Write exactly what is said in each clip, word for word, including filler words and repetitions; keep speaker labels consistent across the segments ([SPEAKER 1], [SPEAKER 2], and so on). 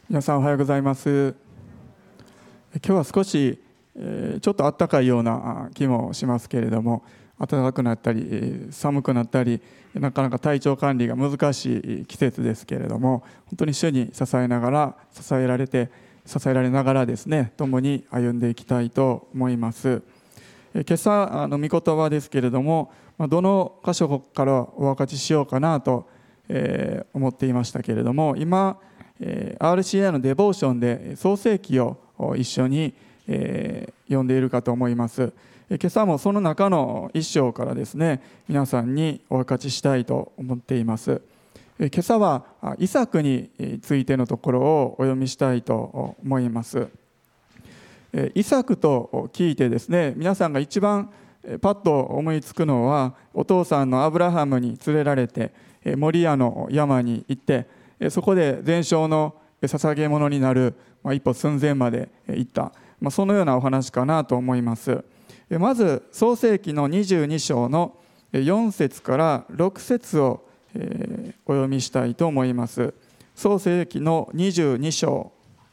[SPEAKER 1] 皆さんおはようございます。今日は少し、えー、ちょっと暖かいような気もしますけれども、暖かくなったり寒くなったり、なかなか体調管理が難しい季節ですけれども、本当に主に支えながら支えられて支えられながらですね、共に歩んでいきたいと思います。今朝の御言葉ですけれども、どの箇所からお分かちしようかなと思っていましたけれども、今アールシーアイ のデボーションで創世記を一緒に読んでいるかと思います。今朝もその中の一章からですね、皆さんにお分かちしたいと思っています。今朝はイサクについてのところをお読みしたいと思います。イサクと聞いてですね、皆さんが一番パッと思いつくのは、お父さんのアブラハムに連れられてモリアの山に行って、そこで全焼の捧げ物になる一歩寸前まで行った、そのようなお話かなと思います。まず創世記のにじゅうに章のよん節からろく節をお読みしたいと思います。創世記のにじゅうに章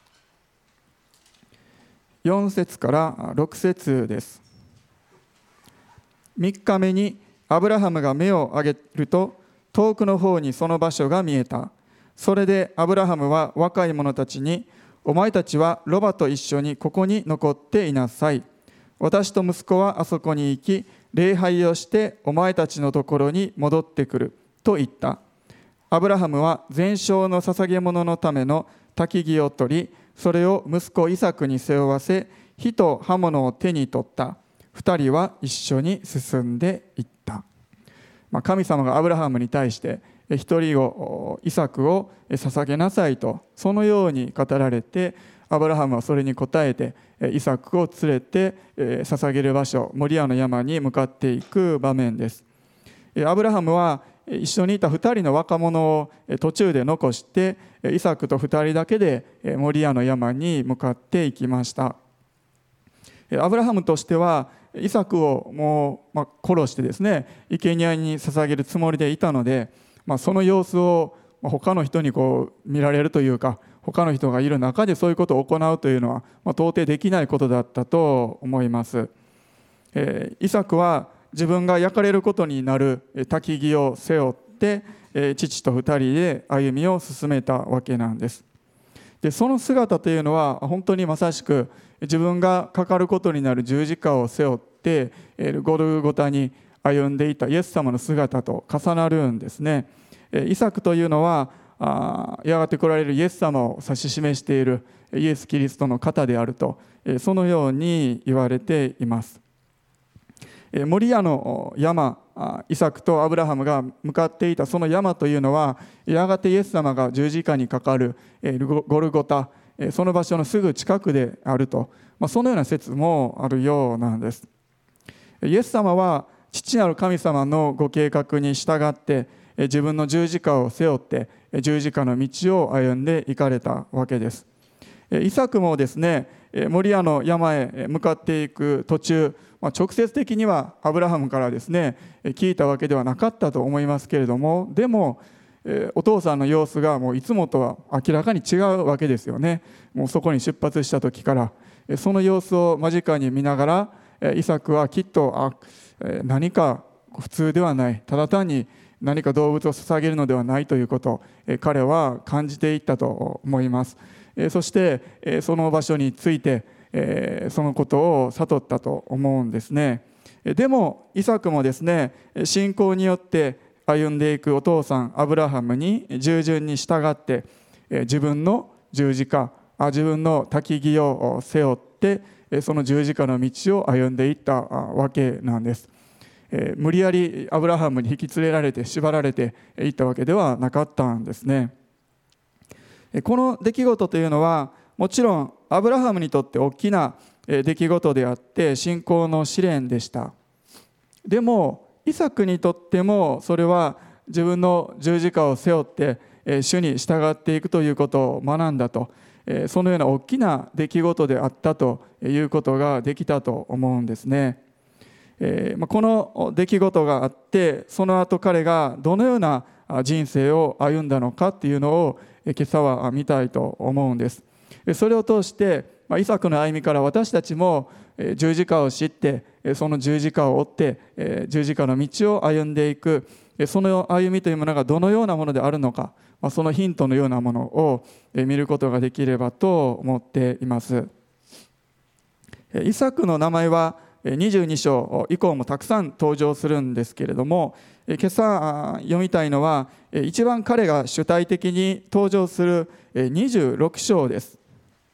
[SPEAKER 1] よん節からろく節です。みっかめにアブラハムが目を上げると、遠くの方にその場所が見えた。それでアブラハムは若い者たちに、お前たちはロバと一緒にここに残っていなさい。私と息子はあそこに行き、礼拝をしてお前たちのところに戻ってくると言った。アブラハムは全焼の捧げ物のための焚き木を取り、それを息子イサクに背負わせ、火と刃物を手に取った。二人は一緒に進んでいった。神様がアブラハムに対して一人をイサクを捧げなさいと、そのように語られて、アブラハムはそれに応えてイサクを連れて捧げる場所、モリアの山に向かっていく場面です。アブラハムは一緒にいた二人の若者を途中で残して、イサクと二人だけでモリアの山に向かっていきました。アブラハムとしてはイサクをもう、まあ、殺してですね、生贄に捧げるつもりでいたので、まあ、その様子を他の人にこう見られるというか、他の人がいる中でそういうことを行うというのは、まあ、到底できないことだったと思います。えー、イサクは自分が焼かれることになる焚き木を背負って、えー、父と二人で歩みを進めたわけなんです。で、その姿というのは本当にまさしく自分がかかることになる十字架を背負ってゴルゴタに歩んでいたイエス様の姿と重なるんですね。イサクというのはやがて来られるイエス様を指し示しているイエス・キリストの方であると、そのように言われています。モリアの山、イサクとアブラハムが向かっていたその山というのは、やがてイエス様が十字架にかかるゴルゴタ、その場所のすぐ近くであると、そのような説もあるようなんです。イエス様は父なる神様のご計画に従って自分の十字架を背負って十字架の道を歩んでいかれたわけです。イサクもですね、モリアの山へ向かっていく途中、直接的にはアブラハムからですね聞いたわけではなかったと思いますけれども、でもお父さんの様子がもういつもとは明らかに違うわけですよね。もうそこに出発した時からその様子を間近に見ながら、イサクはきっとあ何か普通ではない、ただ単に何か動物を捧げるのではないということを彼は感じていったと思います。そしてその場所についてそのことを悟ったと思うんですね。でもイサクもですね、信仰によって歩んでいくお父さんアブラハムに従順に従って自分の十字架、自分の焚き木を背負ってその十字架の道を歩んでいったわけなんです。無理やりアブラハムに引き連れられて縛られていったわけではなかったんですね。この出来事というのはもちろんアブラハムにとって大きな出来事であって信仰の試練でした。でもイサクにとってもそれは自分の十字架を背負って主に従っていくということを学んだと、そのような大きな出来事であったということができたと思うんですね。この出来事があって、その後彼がどのような人生を歩んだのかっていうのを今朝は見たいと思うんです。それを通してイサクの歩みから私たちも十字架を知って、その十字架を追って十字架の道を歩んでいく、その歩みというものがどのようなものであるのか、そのヒントのようなものを見ることができればと思っています。イサクの名前はにじゅうに章以降もたくさん登場するんですけれども、今朝読みたいのは一番彼が主体的に登場するにじゅうろく章です。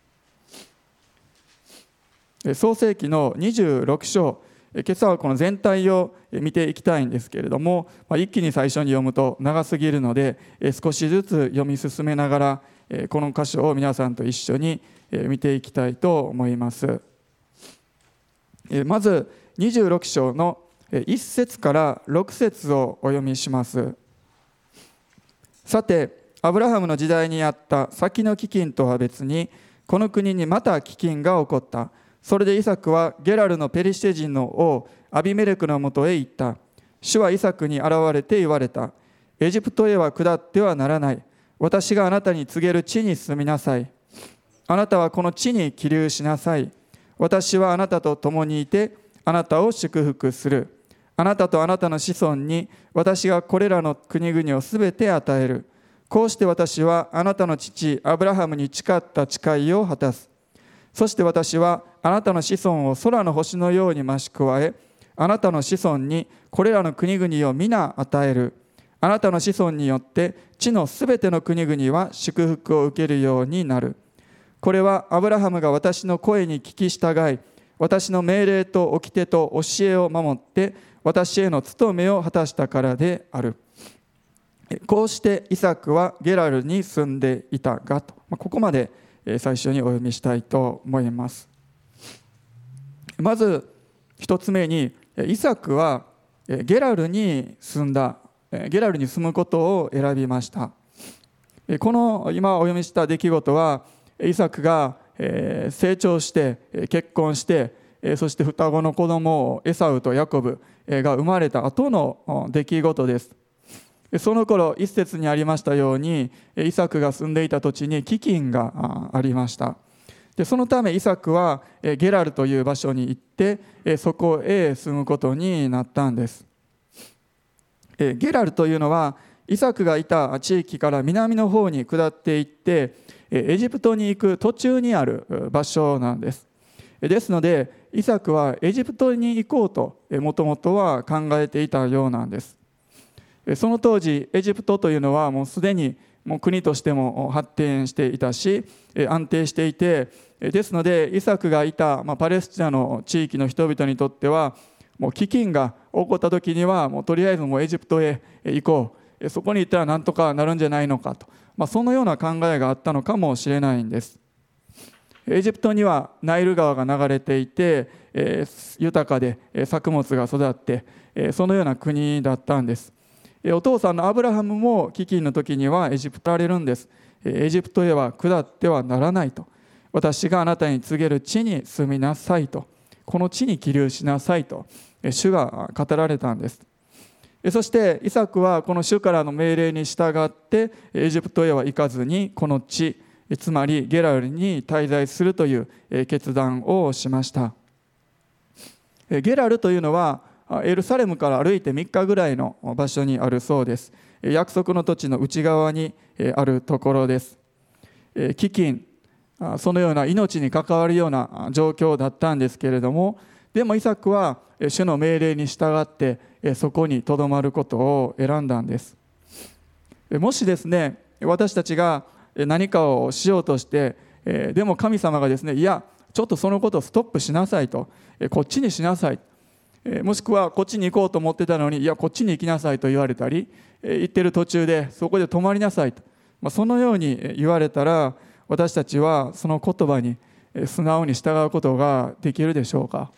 [SPEAKER 1] 創世記のにじゅうろく章、今朝はこの全体を見ていきたいんですけれども、一気に最初に読むと長すぎるので、少しずつ読み進めながらこの箇所を皆さんと一緒に見ていきたいと思います。まずにじゅうろく章のいち節からろく節をお読みします。さて、アブラハムの時代にあった先の飢饉とは別に、この国にまた飢饉が起こった。それでイサクはゲラルのペリシテ人の王アビメレクのもとへ行った。主はイサクに現れて言われた。エジプトへは下ってはならない。私があなたに告げる地に住みなさい。あなたはこの地に起立しなさい。私はあなたと共にいて、あなたを祝福する。あなたとあなたの子孫に私がこれらの国々をすべて与える。こうして私はあなたの父アブラハムに誓った誓いを果たす。そして私はあなたの子孫を空の星のように増し加え、あなたの子孫にこれらの国々を皆与える。あなたの子孫によって地のすべての国々は祝福を受けるようになる。これはアブラハムが私の声に聞き従い、私の命令と掟と教えを守って私への務めを果たしたからである。こうしてイサクはゲラルに住んでいたがと、ここまで最初にお読みしたいと思います。まず一つ目に、イサクはゲラルに住んだ、ゲラルに住むことを選びました。この今お読みした出来事は、イサクが成長して結婚して、そして双子の子供をエサウとヤコブが生まれた後の出来事です。その頃一節にありましたように、イサクが住んでいた土地に飢饉がありました。でそのためイサクはゲラルという場所に行ってそこへ住むことになったんです。ゲラルというのはイサクがいた地域から南の方に下っていってエジプトに行く途中にある場所なんです。ですのでイサクはエジプトに行こうともともとは考えていたようなんです。その当時エジプトというのはもうすでにもう国としても発展していたし安定していて、ですのでイサクがいたパレスチナの地域の人々にとってはもう飢饉が起こった時にはもうとりあえずもうエジプトへ行こう、そこに行ったらなんとかなるんじゃないのかと、まあ、そのような考えがあったのかもしれないんです。エジプトにはナイル川が流れていて、えー、豊かで作物が育って、えー、そのような国だったんです。お父さんのアブラハムも飢饉の時にはエジプトに行かれるんです。エジプトへは下ってはならないと、私があなたに告げる地に住みなさいと、この地に起立しなさいと主が語られたんです。そしてイサクはこの主からの命令に従ってエジプトへは行かずにこの地、つまりゲラルに滞在するという決断をしました。ゲラルというのはエルサレムから歩いてみっかぐらいの場所にあるそうです。約束の土地の内側にあるところです。飢饉、そのような命に関わるような状況だったんですけれども、でもイサクは主の命令に従ってそこにとどまることを選んだんです。もしですね、私たちが何かをしようとしてでも神様がですね、いやちょっとそのことをストップしなさいと、こっちにしなさい、もしくはこっちに行こうと思ってたのにいやこっちに行きなさいと言われたり、行ってる途中でそこで止まりなさいと、そのように言われたら私たちはその言葉に素直に従うことができるでしょうか。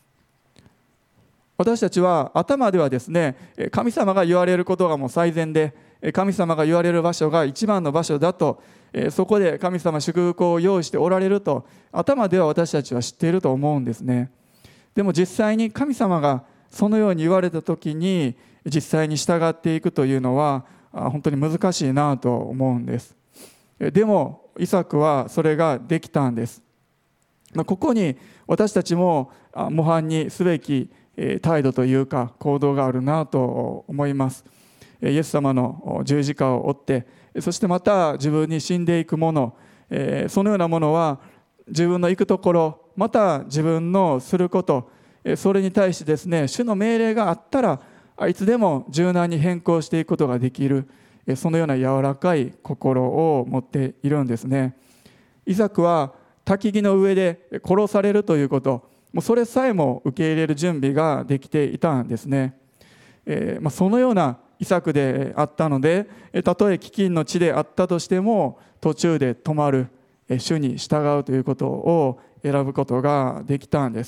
[SPEAKER 1] 私たちは頭ではですね、神様が言われることがもう最善で、神様が言われる場所が一番の場所だと、そこで神様祝福を用意しておられると頭では私たちは知っていると思うんですね。でも実際に神様がそのように言われた時に実際に従っていくというのは本当に難しいなと思うんです。 でもイサクはそれができたんです。ここに私たちも模範にすべき態度というか行動があるなと思います。イエス様の十字架を追って、そしてまた自分に死んでいくもの、そのようなものは自分の行くところ、また自分のすること、それに対してですね、主の命令があったらいつでも柔軟に変更していくことができる、そのような柔らかい心を持っているんですね。イサクは焚き木の上で殺されるということ、もうそれさえも受け入れる準備ができていたんですね。えーまあ、そのようなイサクであったので、たとえ飢饉の地であったとしても途中で止まる、主に従うということを選ぶことができたんです。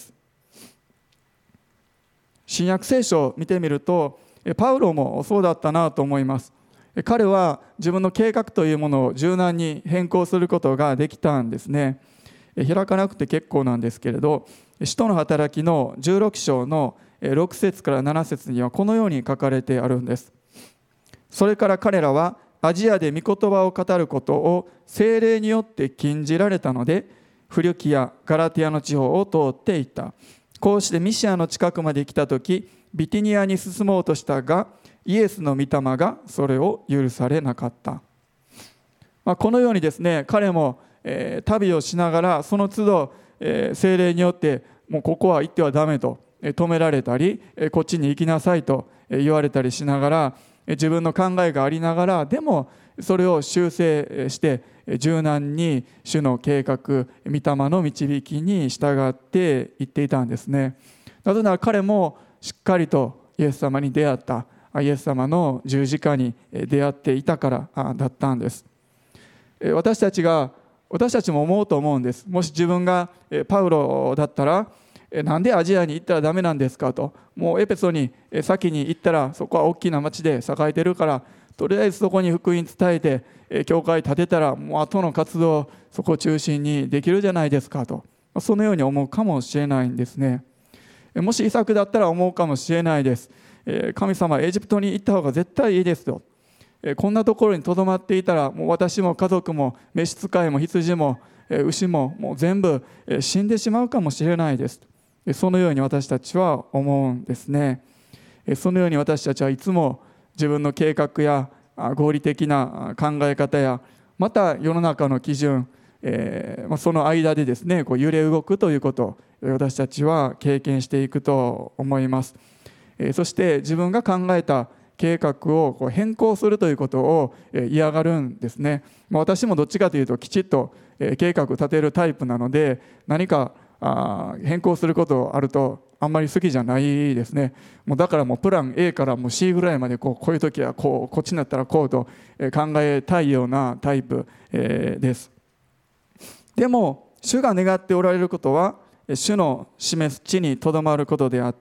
[SPEAKER 1] 新約聖書を見てみると、パウロもそうだったなと思います。彼は自分の計画というものを柔軟に変更することができたんですね。開かなくて結構なんですけれど、使徒の働きのじゅうろく章のろく節からなな節にはこのように書かれてあるんです。それから彼らはアジアで御言葉を語ることを聖霊によって禁じられたので、フリュキやガラティアの地方を通っていった。こうしてミシアの近くまで来たとき、ビティニアに進もうとしたが、イエスの御霊がそれを許されなかった。まあ、このようにですね、彼も、えー、旅をしながらその都度、えー、聖霊によってもうここは行ってはダメと、えー、止められたり、えー、こっちに行きなさいと、えー、言われたりしながら、えー、自分の考えがありながら、でもそれを修正して、えー、柔軟に主の計画、御霊の導きに従っていっていたんですね。なぜなら彼もしっかりとイエス様に出会った、イエス様の十字架に出会っていたからだったんです。私たちが私たちも思うと思うんです。もし自分がパウロだったら、なんでアジアに行ったらダメなんですかと、もうエペソに先に行ったらそこは大きな町で栄えてるから、とりあえずそこに福音伝えて教会建てたらもう後の活動そこを中心にできるじゃないですかと、そのように思うかもしれないんですね。もしイサクだったら思うかもしれないです。神様エジプトに行った方が絶対いいですと、こんなところにとどまっていたらもう私も家族も召使いも羊も牛ももう全部死んでしまうかもしれないです。そのように私たちは思うんですね。そのように私たちはいつも自分の計画や合理的な考え方やまた世の中の基準、その間でですねこう揺れ動くということを私たちは経験していくと思います。そして自分が考えた計画を変更するということを嫌がるんですね。私もどっちかというときちっと計画立てるタイプなので、何か変更することあるとあんまり好きじゃないですね。もうだからもうプラン A からもう C ぐらいまでこうこういう時はこうこっちになったらこうと考えたいようなタイプです。でも主が願っておられることは主の示す地にとどまることであって、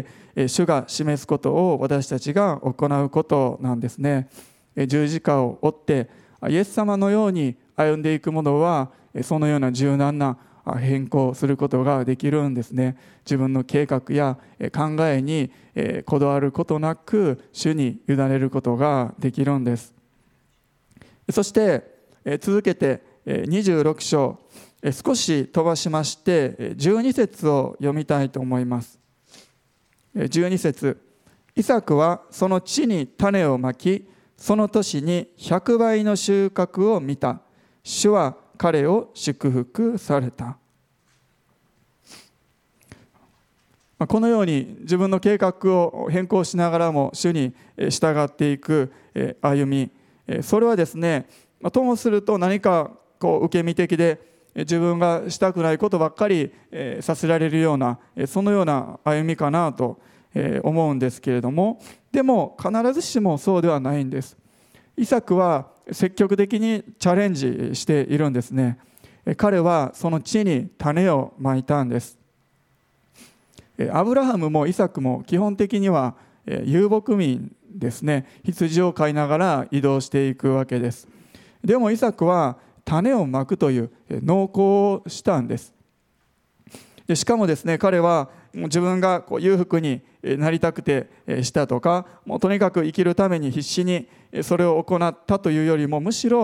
[SPEAKER 1] 主が示すことを私たちが行うことなんですね。十字架を追ってイエス様のように歩んでいく者はそのような柔軟な変更することができるんですね。自分の計画や考えにこだわることなく主に委ねることができるんです。そして続けてにじゅうろく章、少し飛ばしましてじゅうに節を読みたいと思います。じゅうに節、イサクはその地に種をまき、その年にひゃくばいの収穫を見た。主は彼を祝福された。このように自分の計画を変更しながらも主に従っていく歩み、それはですね、ともすると何かこう受け身的で自分がしたくないことばっかりさせられるような、そのような歩みかなと思うんですけれども、でも必ずしもそうではないんです。イサクは積極的にチャレンジしているんですね。彼はその地に種をまいたんです。アブラハムもイサクも基本的には遊牧民ですね。羊を飼いながら移動していくわけです。でもイサクは種をまくという農耕をしたんです。でしかもですね、彼は自分がこう裕福になりたくてしたとか、もうとにかく生きるために必死にそれを行ったというよりも、むしろ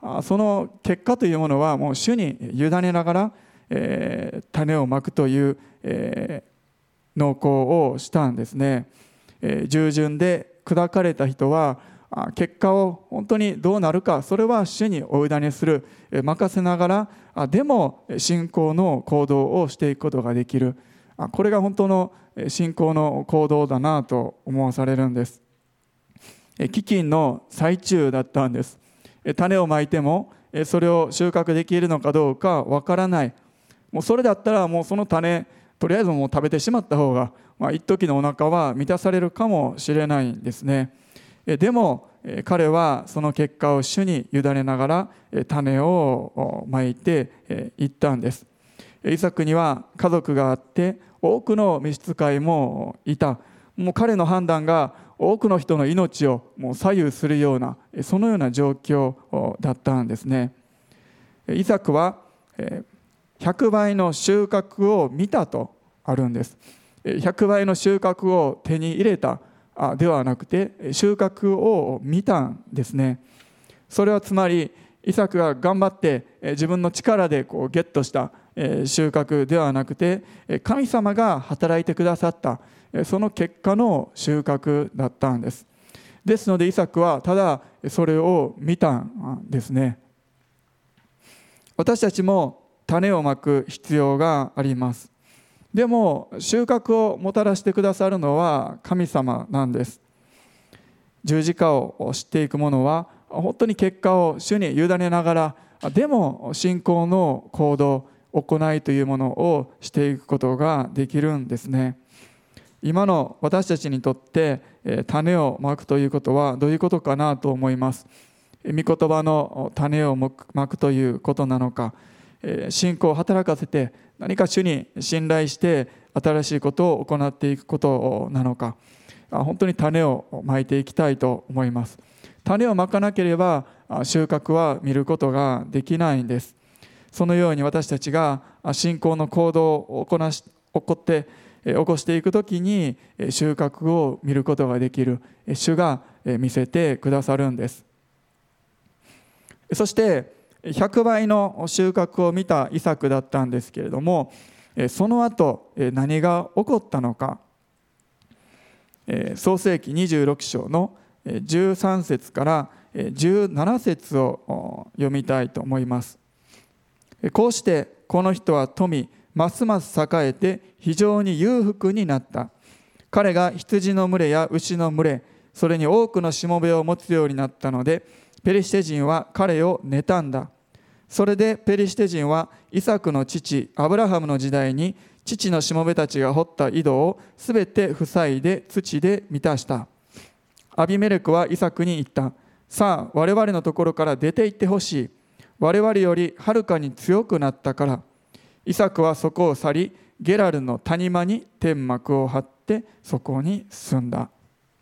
[SPEAKER 1] その結果というものはもう主に委ねながら、えー、種をまくという、えー、農耕をしたんですね。えー、従順で砕かれた人は結果を本当にどうなるか、それは主にお委ねする、任せながらでも信仰の行動をしていくことができる。これが本当の信仰の行動だなと思わされるんです。飢饉の最中だったんです。種をまいてもそれを収穫できるのかどうかわからない。もうそれだったらもうその種とりあえずもう食べてしまった方が、まあ、一時のお腹は満たされるかもしれないんですね。でも彼はその結果を主に委ねながら種をまいていったんです。イサクには家族があって多くの召使いもいた。もう彼の判断が多くの人の命をもう左右するような、そのような状況だったんですね。イサクはひゃくばいの収穫を見たとあるんです。ひゃくばいの収穫を手に入れたではなくて収穫を見たんですね。それはつまりイサクが頑張って自分の力でこうゲットした収穫ではなくて、神様が働いてくださったその結果の収穫だったんです。ですのでイサクはただそれを見たんですね。私たちも種をまく必要があります。でも収穫をもたらしてくださるのは神様なんです。十字架を知っていく者は本当に結果を主に委ねながら、でも信仰の行動、行いというものをしていくことができるんですね。今の私たちにとって種をまくということはどういうことかなと思います。御言葉の種をまくということなのか、信仰を働かせて何か主に信頼して新しいことを行っていくことなのか、本当に種をまいていきたいと思います。種をまかなければ収穫は見ることができないんです。そのように私たちが信仰の行動を行し、起こって起こしていくときに収穫を見ることができる主が見せてくださるんです。そしてひゃくばいの収穫を見たイサクだったんですけれども、その後何が起こったのか、創世記にじゅうろく章のじゅうさん節からじゅうなな節を読みたいと思います。こうしてこの人は富、ますます栄えて非常に裕福になった。彼が羊の群れや牛の群れ、それに多くのしもべを持つようになったので、ペリシテ人は彼を妬んだ。それでペリシテ人はイサクの父アブラハムの時代に父のしもべたちが掘った井戸をすべて塞いで土で満たした。アビメレクはイサクに言った。さあ我々のところから出て行ってほしい。我々よりはるかに強くなったから。イサクはそこを去り、ゲラルの谷間に天幕を張ってそこに住んだ。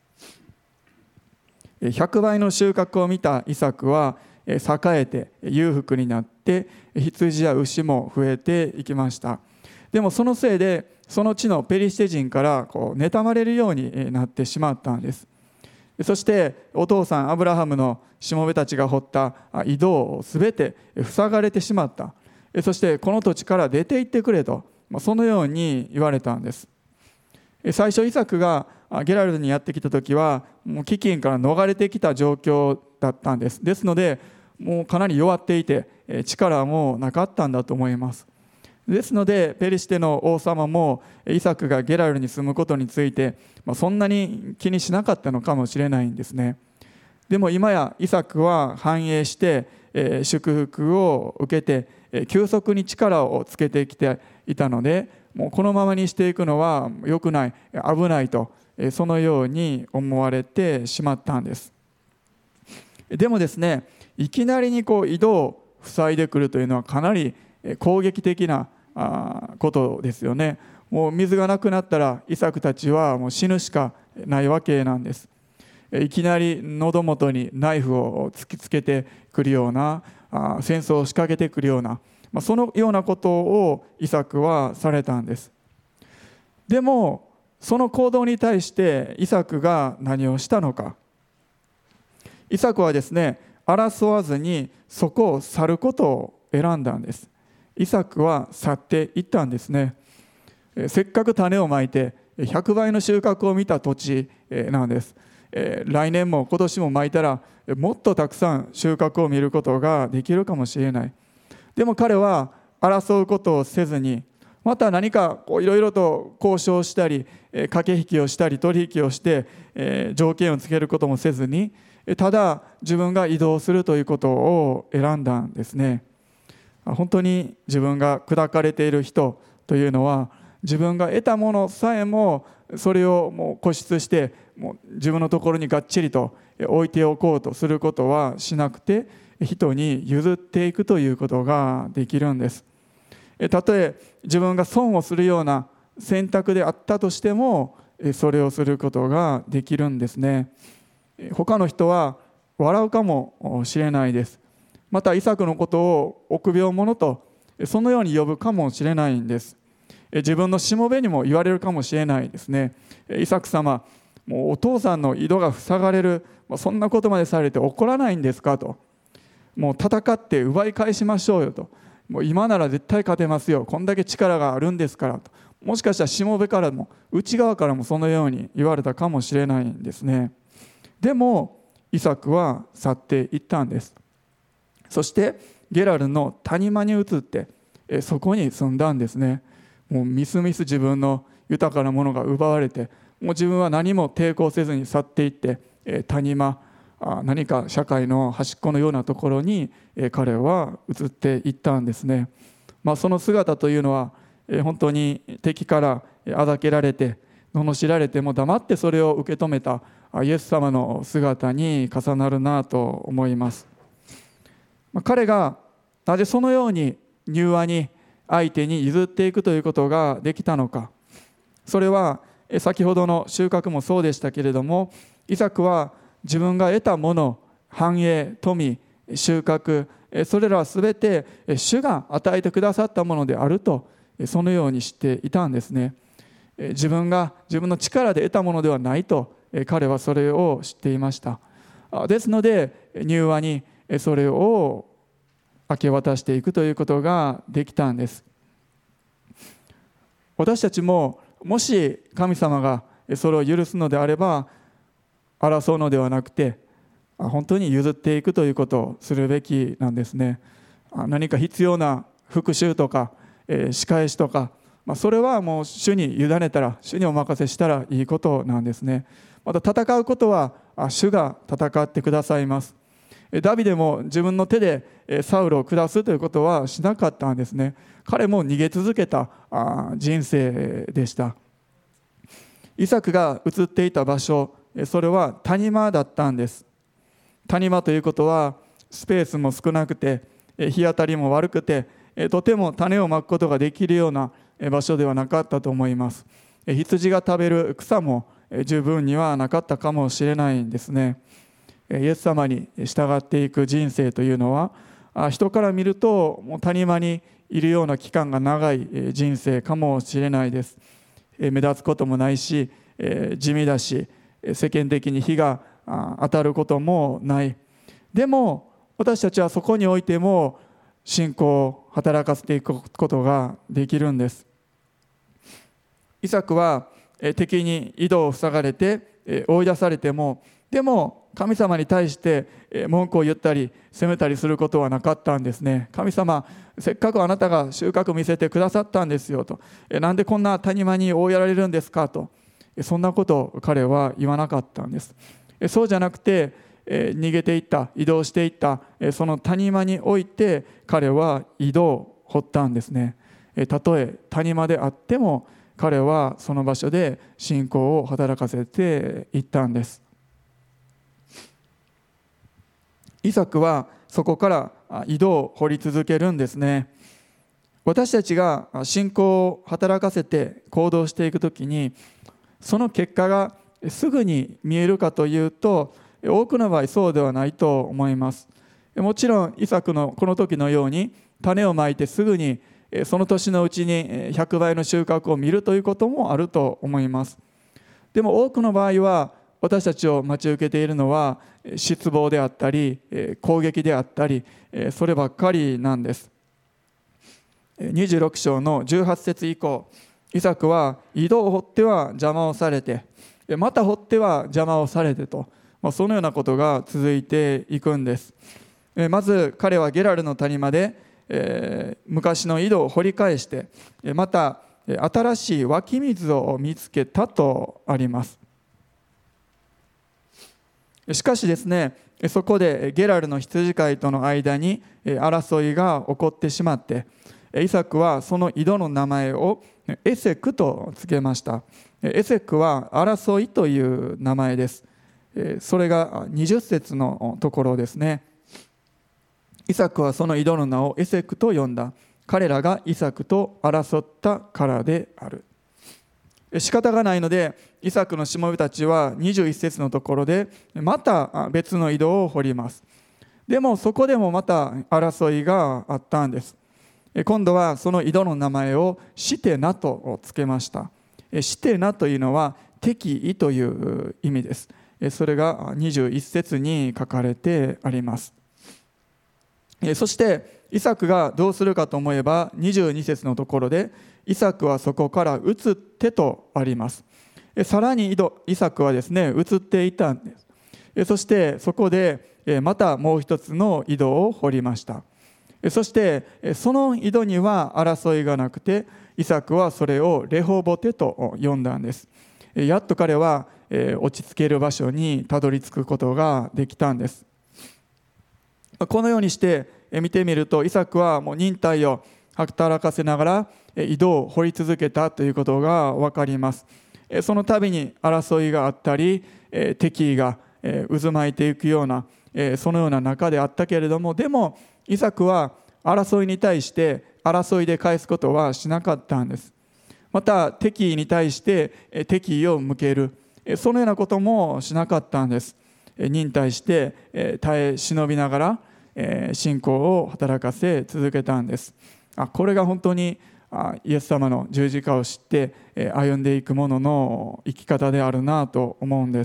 [SPEAKER 1] ひゃくばいの収穫を見たイサクは栄えて裕福になって、羊や牛も増えていきました。でもそのせいでその地のペリシテ人からこう妬まれるようになってしまったんです。そしてお父さんアブラハムのしもべたちが掘った井戸をすべて塞がれてしまった。そしてこの土地から出て行ってくれと、そのように言われたんです。最初イサクがゲラルドにやってきた時はもう飢饉から逃れてきた状況だったんです。ですのでもうかなり弱っていて力もなかったんだと思います。ですのでペリシテの王様もイサクがゲラルに住むことについてそんなに気にしなかったのかもしれないんですね。でも今やイサクは繁栄して祝福を受けて急速に力をつけてきていたので、もうこのままにしていくのは良くない、危ないとそのように思われてしまったんです。でもですね、いきなりにこう井戸を塞いでくるというのはかなり攻撃的なことですよね。もう水がなくなったらイサクたちはもう死ぬしかないわけなんです。いきなり喉元にナイフを突きつけてくるような、戦争を仕掛けてくるような、そのようなことをイサクはされたんです。でもその行動に対してイサクが何をしたのか。イサクはですね、 争わずにそこを去ることを選んだんです。イサクは去っていったんですね。せっかく種をまいてひゃくばいの収穫を見た土地なんです。来年も今年もまいたらもっとたくさん収穫を見ることができるかもしれない。でも彼は争うことをせずに、また何かいろいろと交渉したり駆け引きをしたり取引をして条件をつけることもせずに、ただ自分が移動するということを選んだんですね。本当に自分が砕かれている人というのは、自分が得たものさえもそれをもう固執してもう自分のところにがっちりと置いておこうとすることはしなくて、人に譲っていくということができるんです。たとえ自分が損をするような選択であったとしても、それをすることができるんですね。他の人は笑うかもしれないです。またイサクのことを臆病者とそのように呼ぶかもしれないんです。自分のしもべにも言われるかもしれないですね。イサク様、もうお父さんの井戸が塞がれる、そんなことまでされて怒らないんですかと。もう戦って奪い返しましょうよと。もう今なら絶対勝てますよ、こんだけ力があるんですからと。もしかしたらしもべからも内側からもそのように言われたかもしれないんですね。でもイサクは去っていったんです。そしてゲラルの谷間に移ってそこに住んだんですね。もうみすみす自分の豊かなものが奪われて、もう自分は何も抵抗せずに去っていって、谷間、何か社会の端っこのようなところに彼は移っていったんですね。まあ、その姿というのは本当に敵からあだけられて罵られても黙ってそれを受け止めたイエス様の姿に重なるなと思います。彼がなぜそのように柔和に相手に譲っていくということができたのか。それは先ほどの収穫もそうでしたけれども、イサクは自分が得たもの、繁栄、富、収穫、それらはすべて主が与えてくださったものであると、そのようにしていたんですね。自分が自分の力で得たものではないと彼はそれを知っていました。ですので柔和にそれを明け渡していくということができたんです。私たちももし神様がそれを許すのであれば、争うのではなくて本当に譲っていくということをするべきなんですね。何か必要な復讐とか仕返しとか、それはもう主に委ねたら、主にお任せしたらいいことなんですね。また戦うことは主が戦ってくださいます。ダビデも自分の手でサウルを下すということはしなかったんですね。彼も逃げ続けた人生でした。イサクが移っていた場所、それは谷間だったんです。谷間ということはスペースも少なくて日当たりも悪くて、とても種をまくことができるような場所ではなかったと思います。羊が食べる草も十分にはなかったかもしれないんですね。イエス様に従っていく人生というのは、人から見るともう谷間にいるような期間が長い人生かもしれないです。目立つこともないし、地味だし、世間的に火が当たることもない。でも私たちはそこにおいても信仰を働かせていくことができるんです。イサクは敵に井戸を塞がれて追い出されても、でも神様に対して文句を言ったり責めたりすることはなかったんですね。神様、せっかくあなたが収穫見せてくださったんですよと、なんでこんな谷間に追いやられるんですかと、そんなことを彼は言わなかったんです。そうじゃなくて逃げていった、移動していったその谷間において彼は井戸を掘ったんですね。たとえ谷間であっても彼はその場所で信仰を働かせていったんです。イサクはそこから井戸を掘り続けるんですね。私たちが信仰を働かせて行動していくときに、その結果がすぐに見えるかというと、多くの場合そうではないと思います。もちろんイサクのこの時のように種をまいてすぐにその年のうちにひゃくばいの収穫を見るということもあると思います。でも多くの場合は私たちを待ち受けているのは失望であったり攻撃であったり、そればっかりなんです。にじゅうろく章のじゅうはち節以降、イサクは井戸を掘っては邪魔をされて、また掘っては邪魔をされてと、そのようなことが続いていくんです。まず彼はゲラルの谷まで、えー、昔の井戸を掘り返して、また新しい湧き水を見つけたとあります。しかしですね、そこでゲラルの羊飼いとの間に争いが起こってしまって、イサクはその井戸の名前をエセクとつけました。エセクは争いという名前です。それがにじゅっ節のところですね。イサクはその井戸の名をエセクと呼んだ。彼らがイサクと争ったからである。仕方がないので、イサクのしもべたちはにじゅういち節のところでまた別の井戸を掘ります。でもそこでもまた争いがあったんです。今度はその井戸の名前をシテナとつけました。シテナというのは敵意という意味です。それがにじゅういち節に書かれてあります。そしてイサクがどうするかと思えば、にじゅうに節のところでイサクはそこから移ってとあります。さらにイサクはですね、移っていたんです。そしてそこでまたもう一つの井戸を掘りました。そしてその井戸には争いがなくて、イサクはそれをレホボテと呼んだんです。やっと彼は落ち着ける場所にたどり着くことができたんです。このようにして見てみると、イサクはもう忍耐を働かせながら井戸を掘り続けたということが分かります。その度に争いがあったり、敵意が渦巻いていくような、そのような中であったけれども、でもイサクは争いに対して争いで返すことはしなかったんです。また敵意に対して敵意を向ける、そのようなこともしなかったんです。忍耐して耐え忍びながら信仰を働かせ続けたんです。これが本当にイエス様の十字架を知って歩んでいく者の生き方であるなと思うんです。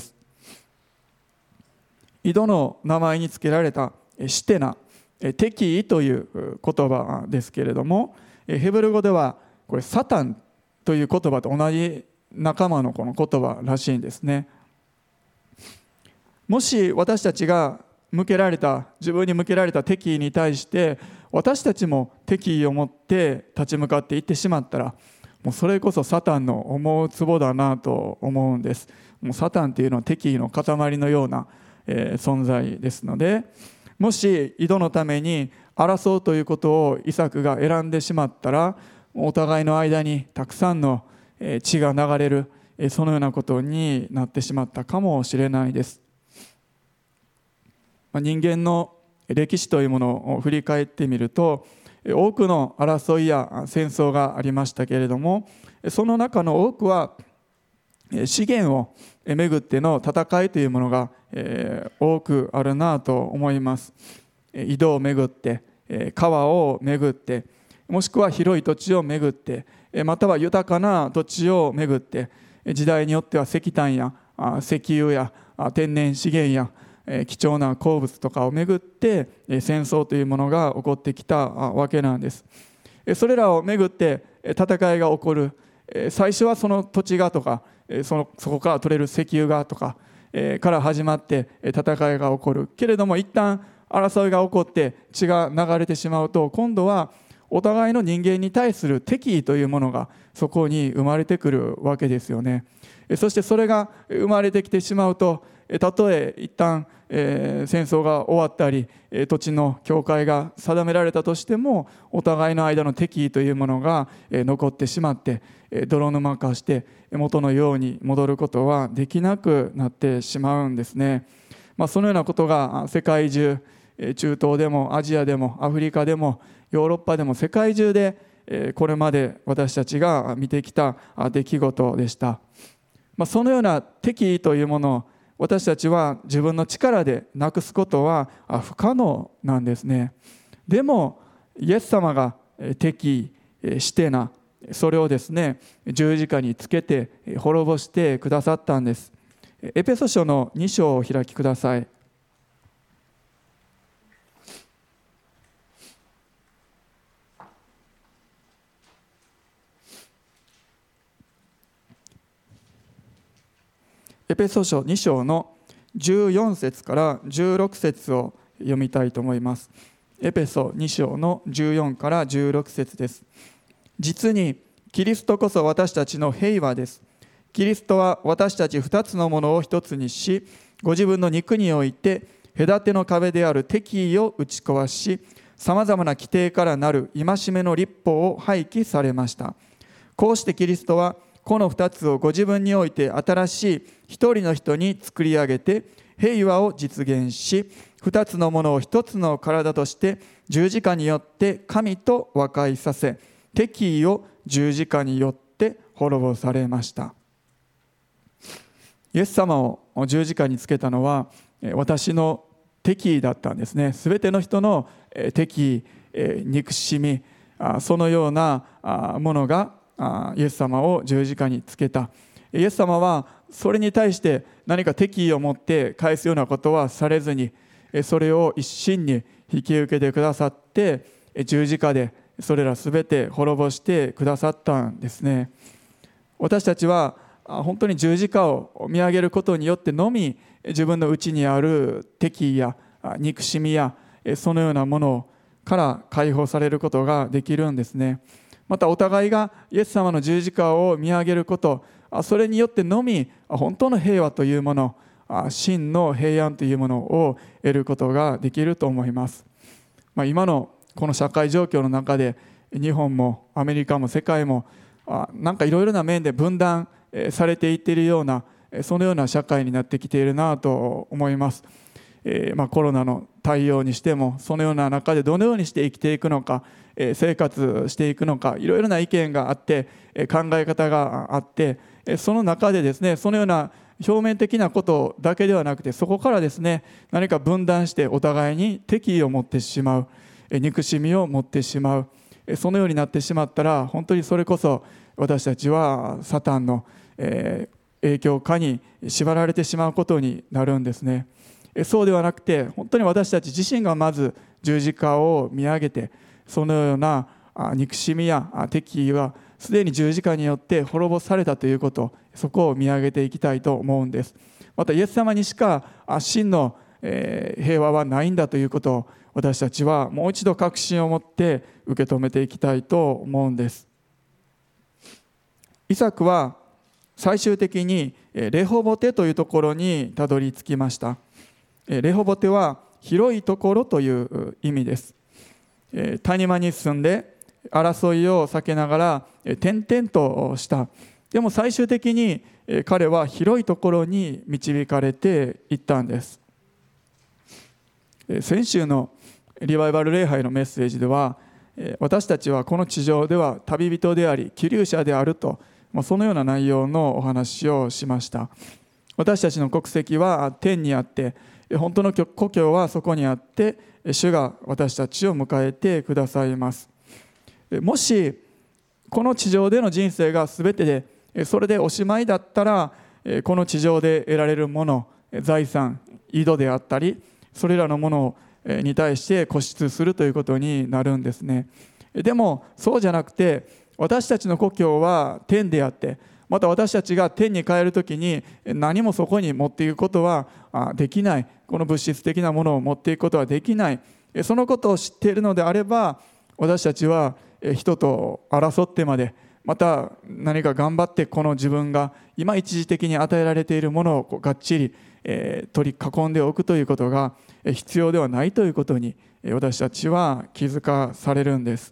[SPEAKER 1] 井戸の名前につけられたシテナ、敵意という言葉ですけれども、ヘブル語ではこれサタンという言葉と同じ仲間のこの言葉らしいんですね。もし私たちが向けられた自分に向けられた敵意に対して私たちも敵意を持って立ち向かっていってしまったら、もうそれこそサタンの思うツボだなと思うんです。もうサタンというのは敵意の塊のような、えー、存在ですので、もし井戸のために争うということをイサクが選んでしまったら、お互いの間にたくさんの血が流れる、そのようなことになってしまったかもしれないです。人間の歴史というものを振り返ってみると、多くの争いや戦争がありましたけれども、その中の多くは資源をめぐっての戦いというものが多くあるなと思います。井戸をめぐって、川をめぐって、もしくは広い土地をめぐって、または豊かな土地をめぐって、時代によっては石炭や石油や天然資源や貴重な鉱物とかをめぐって戦争というものが起こってきたわけなんです。それらをめぐって戦いが起こる。最初はその土地がとか、そのそこから取れる石油がとかから始まって戦いが起こるけれども、一旦争いが起こって血が流れてしまうと、今度はお互いの人間に対する敵意というものがそこに生まれてくるわけですよね。そしてそれが生まれてきてしまうと、たとえ一旦、えー、戦争が終わったり土地の境界が定められたとしても、お互いの間の敵意というものが残ってしまって泥沼化して元のように戻ることはできなくなってしまうんですね。まあ、そのようなことが世界中、中東でもアジアでもアフリカでもヨーロッパでも世界中でこれまで私たちが見てきた出来事でした。まあ、そのような敵意というものを私たちは自分の力でなくすことは不可能なんですね。でもイエス様が敵意してな、それをですね十字架につけて滅ぼしてくださったんです。 エペソ書のに章をお開きください。エペソ書に章のじゅうよん節からじゅうろく節を読みたいと思います。エペソに章のじゅうよんからじゅうろく節です。実にキリストこそ私たちの平和です。キリストは私たち二つのものを一つにし、ご自分の肉において隔ての壁である敵意を打ち壊し、さまざまな規定からなる戒めの律法を廃棄されました。こうしてキリストはこの二つをご自分において新しい一人の人に作り上げて平和を実現し、二つのものを一つの体として十字架によって神と和解させ、敵意を十字架によって滅ぼされました。イエス様を十字架につけたのは私の敵意だったんですね。すべての人の敵意、憎しみ、そのようなものがイエス様を十字架につけた。イエス様はそれに対して何か敵意を持って返すようなことはされずに、それを一心に引き受けてくださって、十字架でそれらすべて滅ぼしてくださったんですね。私たちは本当に十字架を見上げることによってのみ、自分の内にある敵意や憎しみやそのようなものから解放されることができるんですね。またお互いがイエス様の十字架を見上げること、それによってのみ本当の平和というもの、真の平安というものを得ることができると思います。まあ、今のこの社会状況の中で日本もアメリカも世界もなんかいろいろな面で分断されていっているような、そのような社会になってきているなと思います。えーまあ、コロナの対応にしてもそのような中でどのようにして生きていくのか、えー、生活していくのか、いろいろな意見があって、えー、考え方があって、えー、その中でですね、そのような表面的なことだけではなくて、そこからですね、何か分断してお互いに敵意を持ってしまう、えー、憎しみを持ってしまう、えー、そのようになってしまったら、本当にそれこそ私たちはサタンの、えー、影響下に縛られてしまうことになるんですね。そうではなくて、本当に私たち自身がまず十字架を見上げて、そのような憎しみや敵意はすでに十字架によって滅ぼされたということ、そこを見上げていきたいと思うんです。またイエス様にしか真の平和はないんだということを、私たちはもう一度確信を持って受け止めていきたいと思うんです。イサクは最終的にレホボテというところにたどり着きました。レホボテは広いところという意味です。谷間に住んで争いを避けながら転々とした。でも最終的に彼は広いところに導かれていったんです。先週のリバイバル礼拝のメッセージでは、私たちはこの地上では旅人であり寄留者であると、そのような内容のお話をしました。私たちの国籍は天にあって、本当の故郷はそこにあって、主が私たちを迎えてくださいます。もしこの地上での人生が全てでそれでおしまいだったら、この地上で得られるもの、財産、井戸であったり、それらのものに対して固執するということになるんですね。でもそうじゃなくて、私たちの故郷は天であって、また私たちが天に帰るときに何もそこに持っていくことはできない。この物質的なものを持っていくことはできない。そのことを知っているのであれば、私たちは人と争ってまで、また何か頑張ってこの自分が今一時的に与えられているものをがっちり取り囲んでおくということが必要ではないということに、私たちは気づかされるんです。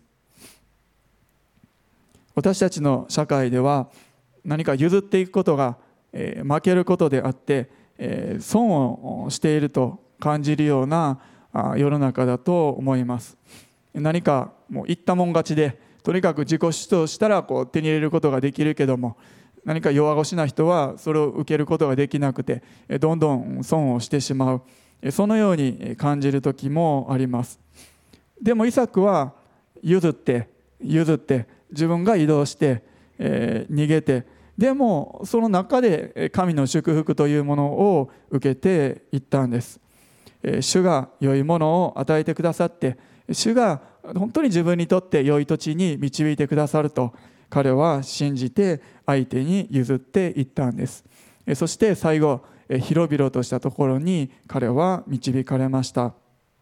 [SPEAKER 1] 私たちの社会では何か譲っていくことが、えー、負けることであって、えー、損をしていると感じるようなあ世の中だと思います。何かもう言ったもん勝ちで、とにかく自己主張したらこう手に入れることができるけども、何か弱腰な人はそれを受けることができなくて、どんどん損をしてしまう、そのように感じる時もあります。でもイサクは譲って譲って自分が移動して、えー、逃げてでもその中で神の祝福というものを受けていったんです。主が良いものを与えてくださって、主が本当に自分にとって良い土地に導いてくださると彼は信じて相手に譲っていったんです。そして最後、広々としたところに彼は導かれました。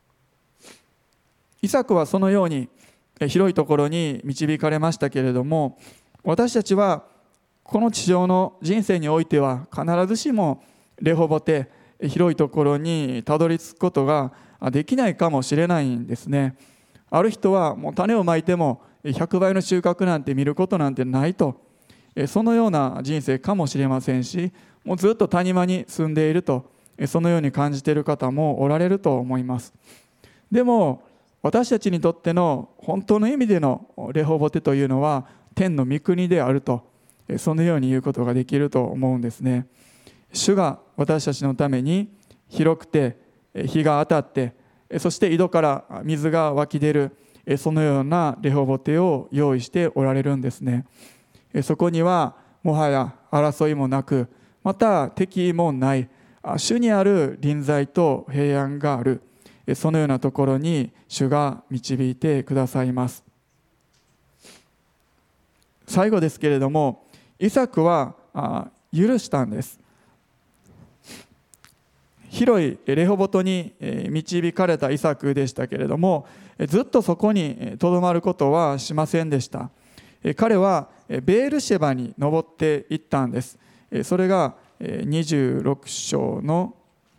[SPEAKER 1] イサクはそのように広いところに導かれましたけれども、私たちはこの地上の人生においては必ずしもレホボテ、広いところにたどり着くことができないかもしれないんですね。ある人はもう種をまいてもひゃくばいの収穫なんて見ることなんてないと、そのような人生かもしれませんし、もうずっと谷間に住んでいると、そのように感じている方もおられると思います。でも私たちにとっての本当の意味でのレホボテというのは天の御国であると、そのように言うことができると思うんですね。主が私たちのために広くて日が当たって、そして井戸から水が湧き出る、そのようなレホボテを用意しておられるんですね。そこにはもはや争いもなく、また敵もない、主にある臨在と平安がある、そのようなところに主が導いてくださいます。最後ですけれども、イサクは許したんです。広いレホボトに導かれたイサクでしたけれども、ずっとそこにとどまることはしませんでした。彼はベールシェバに登っていったんです。それがにじゅうろく章の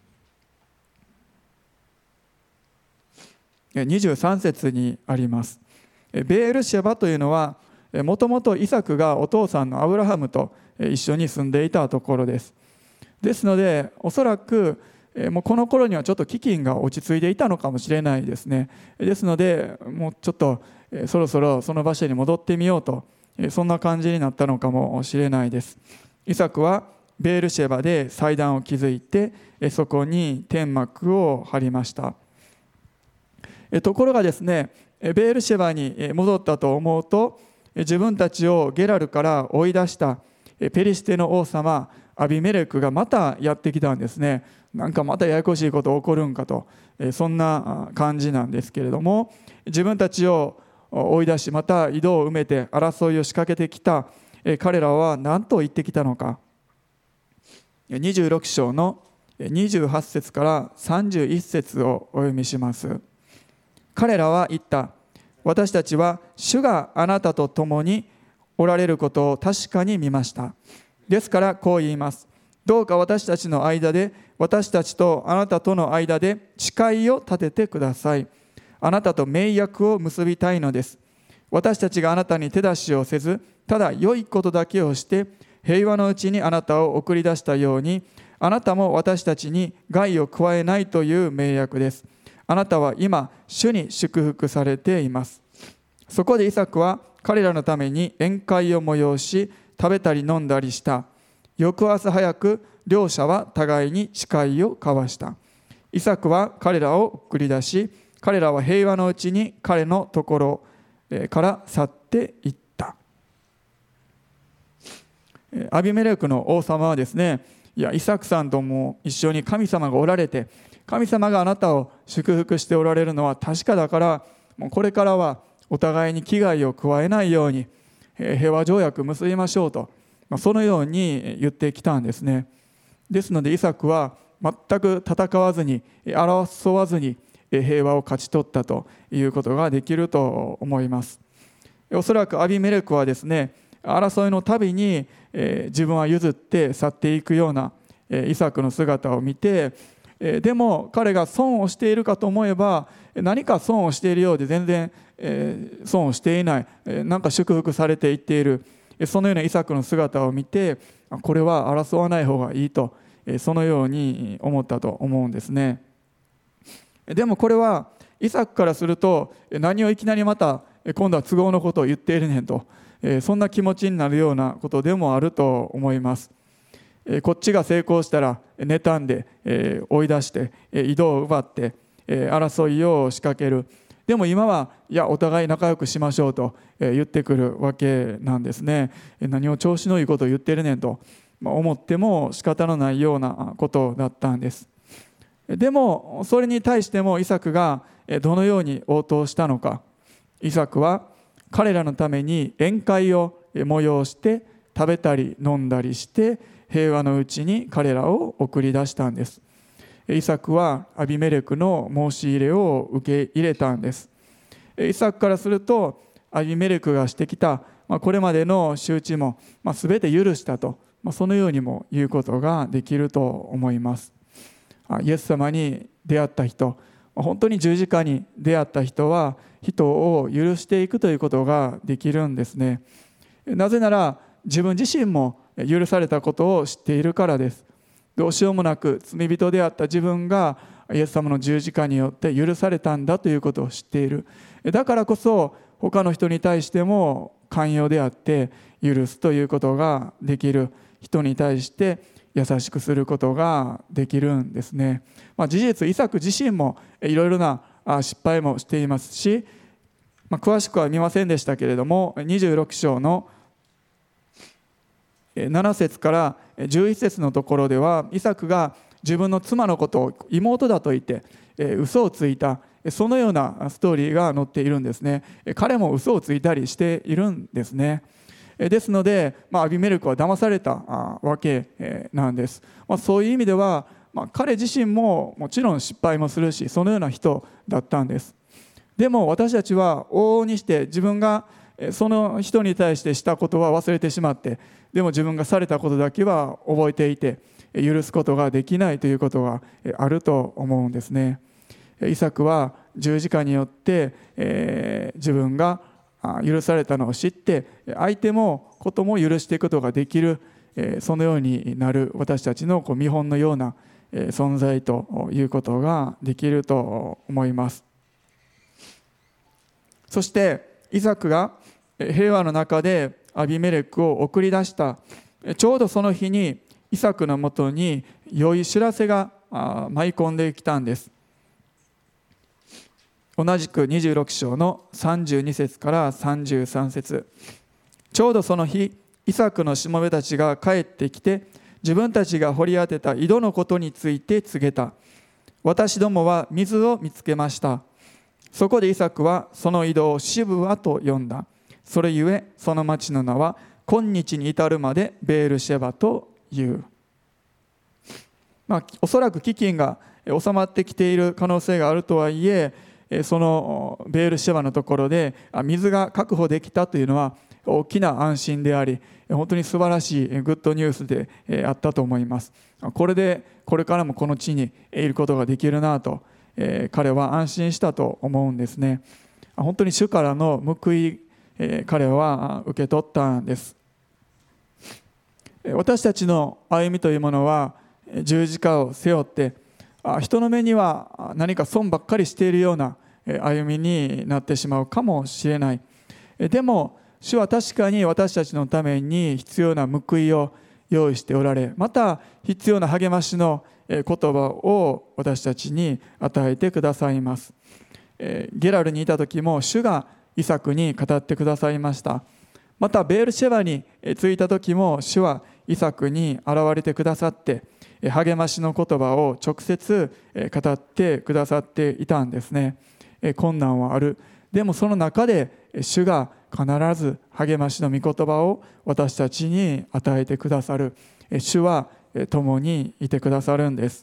[SPEAKER 1] にじゅうさん節にあります。ベールシェバというのはもともとイサクがお父さんのアブラハムと一緒に住んでいたところです。ですのでおそらくもうこの頃にはちょっと飢饉が落ち着いていたのかもしれないですね。ですのでもうちょっとそろそろその場所に戻ってみようと、そんな感じになったのかもしれないです。イサクはベールシェバで祭壇を築いて、そこに天幕を張りました。ところがですね、ベールシェバに戻ったと思うと、自分たちをゲラルから追い出したペリシテの王様アビメレクがまたやってきたんですね。なんかまたややこしいこと起こるんかと、そんな感じなんですけれども、自分たちを追い出し、また井戸を埋めて争いを仕掛けてきた彼らは何と言ってきたのか。にじゅうろく章のにじゅうはち節からさんじゅういち節をお読みします。彼らは言った。私たちは主があなたと共におられることを確かに見ました。ですからこう言います。どうか私たちの間で、私たちとあなたとの間で誓いを立ててください。あなたと盟約を結びたいのです。私たちがあなたに手出しをせず、ただ良いことだけをして平和のうちにあなたを送り出したように、あなたも私たちに害を加えないという盟約です。あなたは今主に祝福されています。そこでイサクは彼らのために宴会を催し、食べたり飲んだりした。翌朝早く両者は互いに誓いを交わした。イサクは彼らを送り出し、彼らは平和のうちに彼のところから去っていった。アビメレクの王様はですね、いやイサクさんとも一緒に神様がおられて、神様があなたを祝福しておられるのは確かだから、もうこれからはお互いに危害を加えないように平和条約結びましょうと、そのように言ってきたんですね。ですのでイサクは全く戦わずに争わずに平和を勝ち取ったということができると思います。おそらくアビメレクはですね、争いのたびに自分は譲って去っていくようなイサクの姿を見て、でも彼が損をしているかと思えば、何か損をしているようで全然損をしていない、なんか祝福されていっている、そのようなイサクの姿を見て、これは争わない方がいいと、そのように思ったと思うんですね。でもこれはイサクからすると、何をいきなりまた今度は都合のことを言っているねんと、そんな気持ちになるようなことでもあると思います。こっちが成功したら妬んで追い出して井戸を奪って争いを仕掛ける、 でも今はいやお互い仲良くしましょうと言ってくるわけなんですね。何を調子のいいことを言ってるねんと思っても仕方のないようなことだったんです。でもそれに対してもイサクがどのように応答したのか。イサクは彼らのために宴会を催して食べたり飲んだりして平和のうちに彼らを送り出したんです。イサクはアビメレクの申し入れを受け入れたんです。イサクからするとアビメレクがしてきたこれまでの仕打ちも全て許したと、そのようにも言うことができると思います。イエス様に出会った人、本当に十字架に出会った人は人を許していくということができるんですね。なぜなら自分自身も許されたことを知っているからです。どうしようもなく罪人であった自分がイエス様の十字架によって許されたんだということを知っている。だからこそ他の人に対しても寛容であって許すということができる。人に対して優しくすることができるんですね。まあ、事実イサク自身もいろいろな失敗もしていますし、まあ、詳しくは見ませんでしたけれどもにじゅうろく章のなな節からじゅういち節のところではイサクが自分の妻のことを妹だと言って嘘をついた、そのようなストーリーが載っているんですね。彼も嘘をついたりしているんですね。ですので、まあ、アビメレクは騙されたわけなんです。まあ、そういう意味では、まあ、彼自身ももちろん失敗もするしそのような人だったんです。でも私たちは往々にして自分がその人に対してしたことは忘れてしまって、でも自分がされたことだけは覚えていて許すことができないということがあると思うんですね。イサクは十字架によって、えー、自分が許されたのを知って相手もことも許していくことができる、えー、そのようになる私たちのこう見本のような存在ということができると思います。そしてイサクが平和の中でアビメレクを送り出したちょうどその日にイサクのもとに良い知らせが舞い込んできたんです。同じくにじゅうろく章のさんじゅうに節からさんじゅうさん節、ちょうどその日イサクのしもべたちが帰ってきて自分たちが掘り当てた井戸のことについて告げた。私どもは水を見つけました。そこでイサクはその井戸をシブアと呼んだ。それゆえその町の名は今日に至るまでベールシェバという。まあ、おそらく飢饉が収まってきている可能性があるとはいえ、そのベールシェバのところで水が確保できたというのは大きな安心であり、本当に素晴らしいグッドニュースであったと思います。これでこれからもこの地にいることができるなと彼は安心したと思うんですね。本当に主からの報い彼は受け取ったんです。私たちの歩みというものは十字架を背負って人の目には何か損ばっかりしているような歩みになってしまうかもしれない。でも主は確かに私たちのために必要な報いを用意しておられ、また必要な励ましの言葉を私たちに与えてくださいます。ゲラルにいた時も主がイサクに語ってくださいました。またベールシェバに着いた時も主はイサクに現れてくださって励ましの言葉を直接語ってくださっていたんですね。困難はある。でもその中で主が必ず励ましの御言葉を私たちに与えてくださる。主は共にいてくださるんです。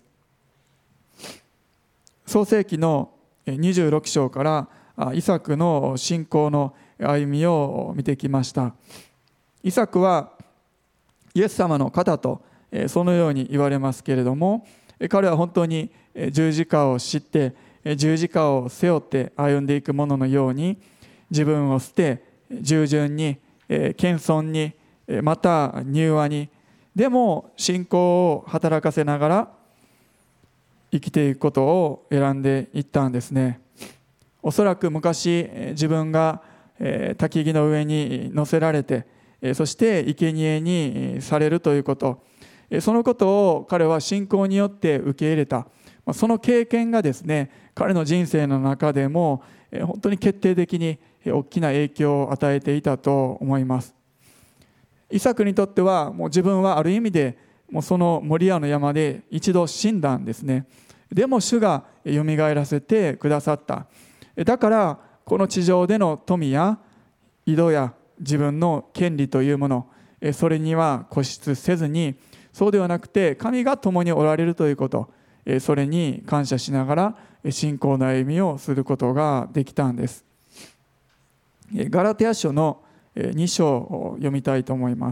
[SPEAKER 1] 創世記のにじゅうろく章からイサクの信仰の歩みを見てきました。イサクはイエス様の方とそのように言われますけれども、彼は本当に十字架を知って十字架を背負って歩んでいくもののように自分を捨て従順に謙遜にまた柔和にでも信仰を働かせながら生きていくことを選んでいったんですね。おそらく昔自分が焚き木の上に乗せられてそして生贄にされるということ、そのことを彼は信仰によって受け入れた。その経験がですね、彼の人生の中でも本当に決定的に大きな影響を与えていたと思います。イサクにとってはもう自分はある意味でもうそのモリアの山で一度死んだんですね。でも主がよみがえらせてくださった。だからこの地上での富や井戸や自分の権利というもの、それには固執せずに、そうではなくて神が共におられるということ、それに感謝しながら信仰の歩みをすることができたんです。ガラテヤ書のに章を読みたいと思います。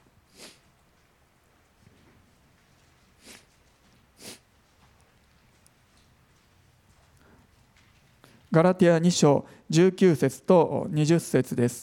[SPEAKER 1] ガラテヤに章じゅうきゅう節とにじゅう節です。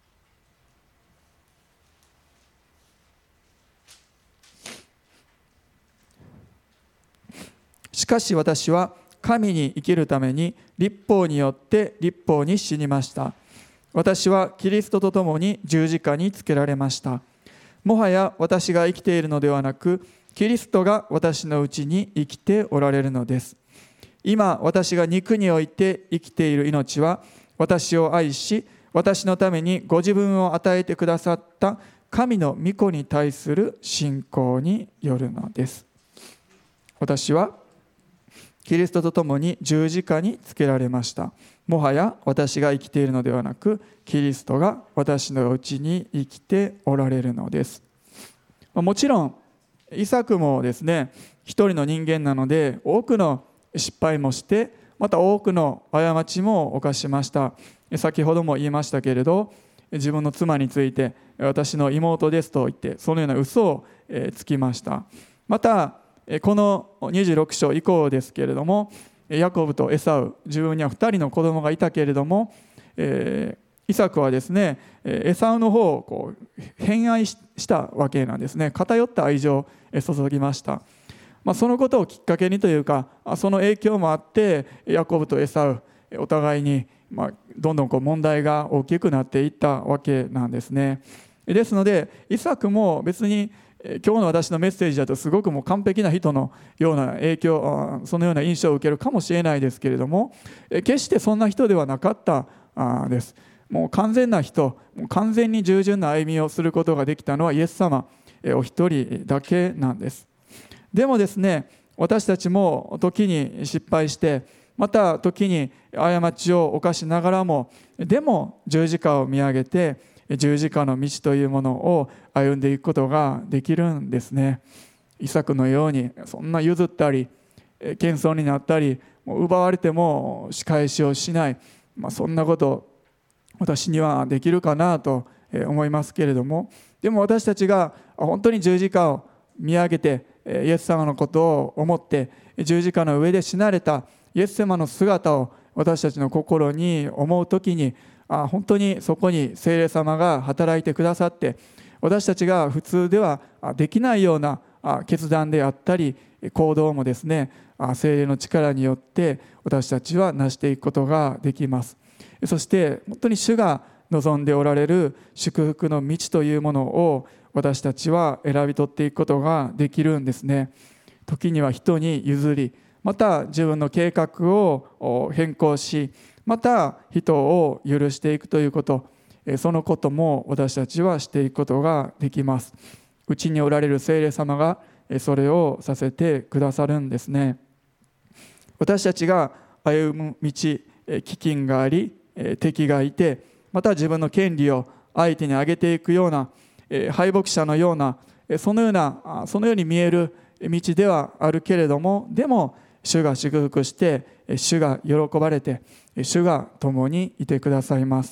[SPEAKER 1] しかし私は神に生きるために律法によって律法に死にました。私はキリストと共に十字架につけられました。もはや私が生きているのではなく、キリストが私のうちに生きておられるのです。今私が肉において生きている命は、私を愛し私のためにご自分を与えてくださった神の御子に対する信仰によるのです。私はキリストと共に十字架につけられました。もはや私が生きているのではなく、キリストが私のうちに生きておられるのです。もちろんイサクもですね、一人の人間なので多くの失敗もして、また多くの過ちも犯しました。先ほども言いましたけれど、自分の妻について私の妹ですと言ってそのような嘘をつきました。またこのにじゅうろく章以降ですけれども、ヤコブとエサウ、自分にはふたりの子供がいたけれども、えー、イサクはですね、エサウの方をこう偏愛したわけなんですね。偏った愛情を注ぎました。まあ、そのことをきっかけにというか、その影響もあってヤコブとエサウお互いにまあどんどんこう問題が大きくなっていったわけなんですね。ですのでイサクも別に今日の私のメッセージだとすごくもう完璧な人のような影響、そのような印象を受けるかもしれないですけれども、決してそんな人ではなかったです。もう完全な人、完全に従順な歩みをすることができたのはイエス様お一人だけなんです。でもですね、私たちも時に失敗して、また時に過ちを犯しながらも、でも十字架を見上げて十字架の道というものを歩んでいくことができるんですね。イサクのようにそんな譲ったり謙遜になったり、奪われても仕返しをしない、まあ、そんなこと私にはできるかなと思いますけれども、でも私たちが本当に十字架を見上げてイエス様のことを思って十字架の上で死なれたイエス様の姿を私たちの心に思うときに、あ本当にそこに聖霊様が働いてくださって、私たちが普通ではできないような決断であったり行動もですね、聖霊の力によって私たちは成していくことができます。そして本当に主が望んでおられる祝福の道というものを私たちは選び取っていくことができるんですね。時には人に譲り、また自分の計画を変更し、また人を許していくということ、そのことも私たちはしていくことができます。うちにおられる聖霊様がそれをさせてくださるんですね。私たちが歩む道、飢饉があり、敵がいて、また自分の権利を相手に上げていくような敗北者のような、そのようなそのように見える道ではあるけれども、でも主が祝福して、主が喜ばれて、主が共にいてくださいます。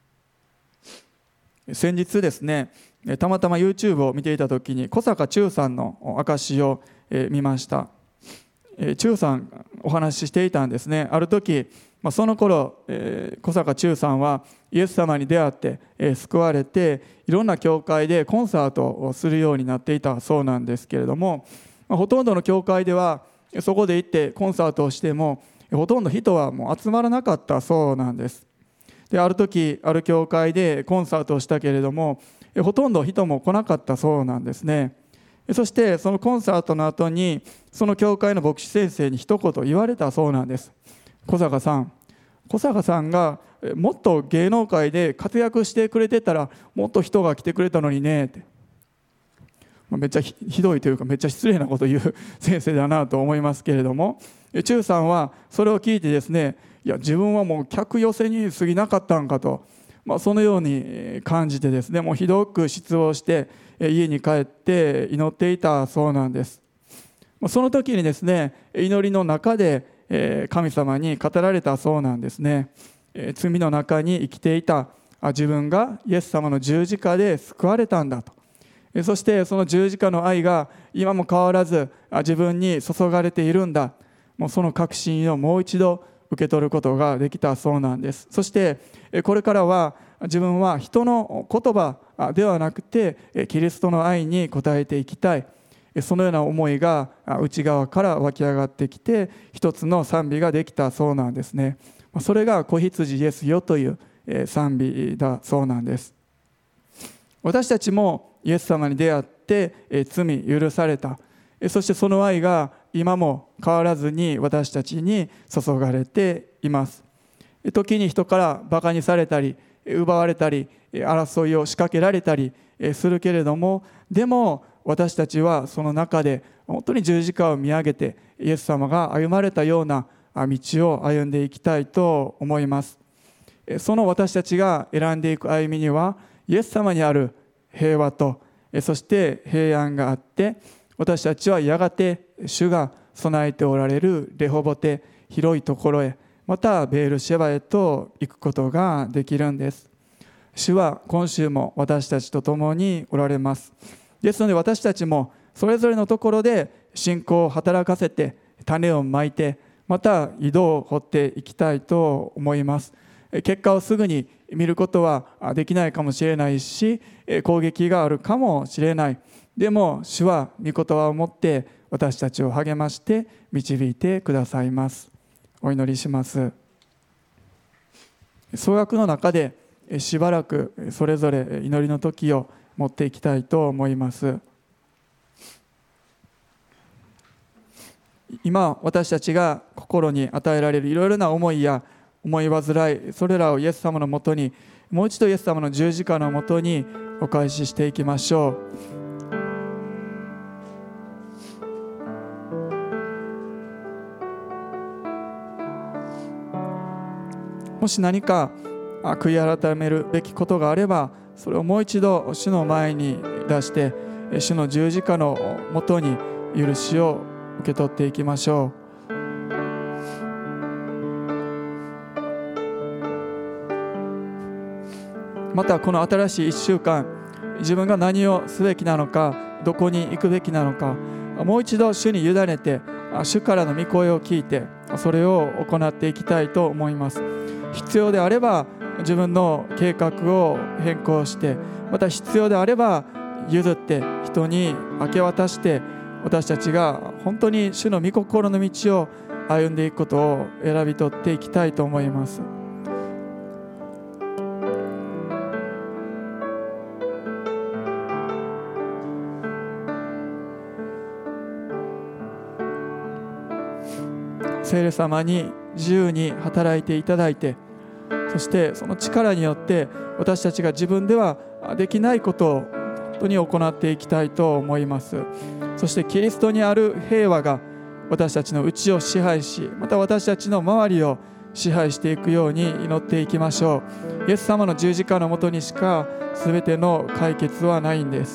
[SPEAKER 1] 先日ですね、たまたま YouTube を見ていたときに小坂忠さんの証を見ました。忠さんお話ししていたんですね。ある時、その頃小坂忠さんはイエス様に出会って救われて、いろんな教会でコンサートをするようになっていたそうなんですけれども、ほとんどの教会ではそこで行ってコンサートをしてもほとんど人はもう集まらなかったそうなんです。である時ある教会でコンサートをしたけれども、ほとんど人も来なかったそうなんですね。そしてそのコンサートの後にその教会の牧師先生に一言言われたそうなんです。小坂さん、 小坂さんがもっと芸能界で活躍してくれてたらもっと人が来てくれたのにねって、めっちゃひどいというかめっちゃ失礼なことを言う先生だなと思いますけれども、忠さんはそれを聞いてですね、いや自分はもう客寄せに過ぎなかったんかと、まあ、そのように感じてですね、もうひどく失望して家に帰って祈っていたそうなんです。その時にですね、祈りの中で神様に語られたそうなんですね。罪の中に生きていた自分がイエス様の十字架で救われたんだと、そしてその十字架の愛が今も変わらず自分に注がれているんだ、もうその確信をもう一度受け取ることができたそうなんです。そしてこれからは自分は人の言葉ではなくてキリストの愛に応えていきたい、そのような思いが内側から湧き上がってきて一つの賛美ができたそうなんですね。それが子羊イエスよという賛美だそうなんです。私たちもイエス様に出会って罪許された、そしてその愛が今も変わらずに私たちに注がれています。時に人からバカにされたり奪われたり争いを仕掛けられたりするけれども、でも私たちはその中で本当に十字架を見上げてイエス様が歩まれたような道を歩んでいきたいと思います。その私たちが選んでいく歩みにはイエス様にある平和とそして平安があって、私たちはやがて主が備えておられるレホボテ、広いところへ、またベールシェバへと行くことができるんです。主は今週も私たちと共におられます。ですので私たちもそれぞれのところで信仰を働かせて種をまいて、また井戸を掘っていきたいと思います。結果をすぐに見ることはできないかもしれないし、攻撃があるかもしれない。でも主は御言葉を持って私たちを励まして導いてくださいます。お祈りします。総額の中でしばらくそれぞれ祈りの時を持っていきたいと思います。今私たちが心に与えられるいろいろな思いや思い煩い、それらをイエス様のもとに、もう一度イエス様の十字架のもとにお返ししていきましょう。もし何か悔い改めるべきことがあれば、それをもう一度主の前に出して主の十字架のもとに許しを受け取っていきましょう。またこの新しいいっしゅうかん、自分が何をすべきなのか、どこに行くべきなのか、もう一度主に委ねて主からの御声を聞いてそれを行っていきたいと思います。必要であれば自分の計画を変更して、また必要であれば譲って人に明け渡して、私たちが本当に主の御心の道を歩んでいくことを選び取っていきたいと思います。聖霊様に自由に働いていただいて、そしてその力によって私たちが自分ではできないことを本当に行っていきたいと思います。そしてキリストにある平和が私たちの内を支配し、また私たちの周りを支配していくように祈っていきましょう。イエス様の十字架のもとにしか全ての解決はないんです。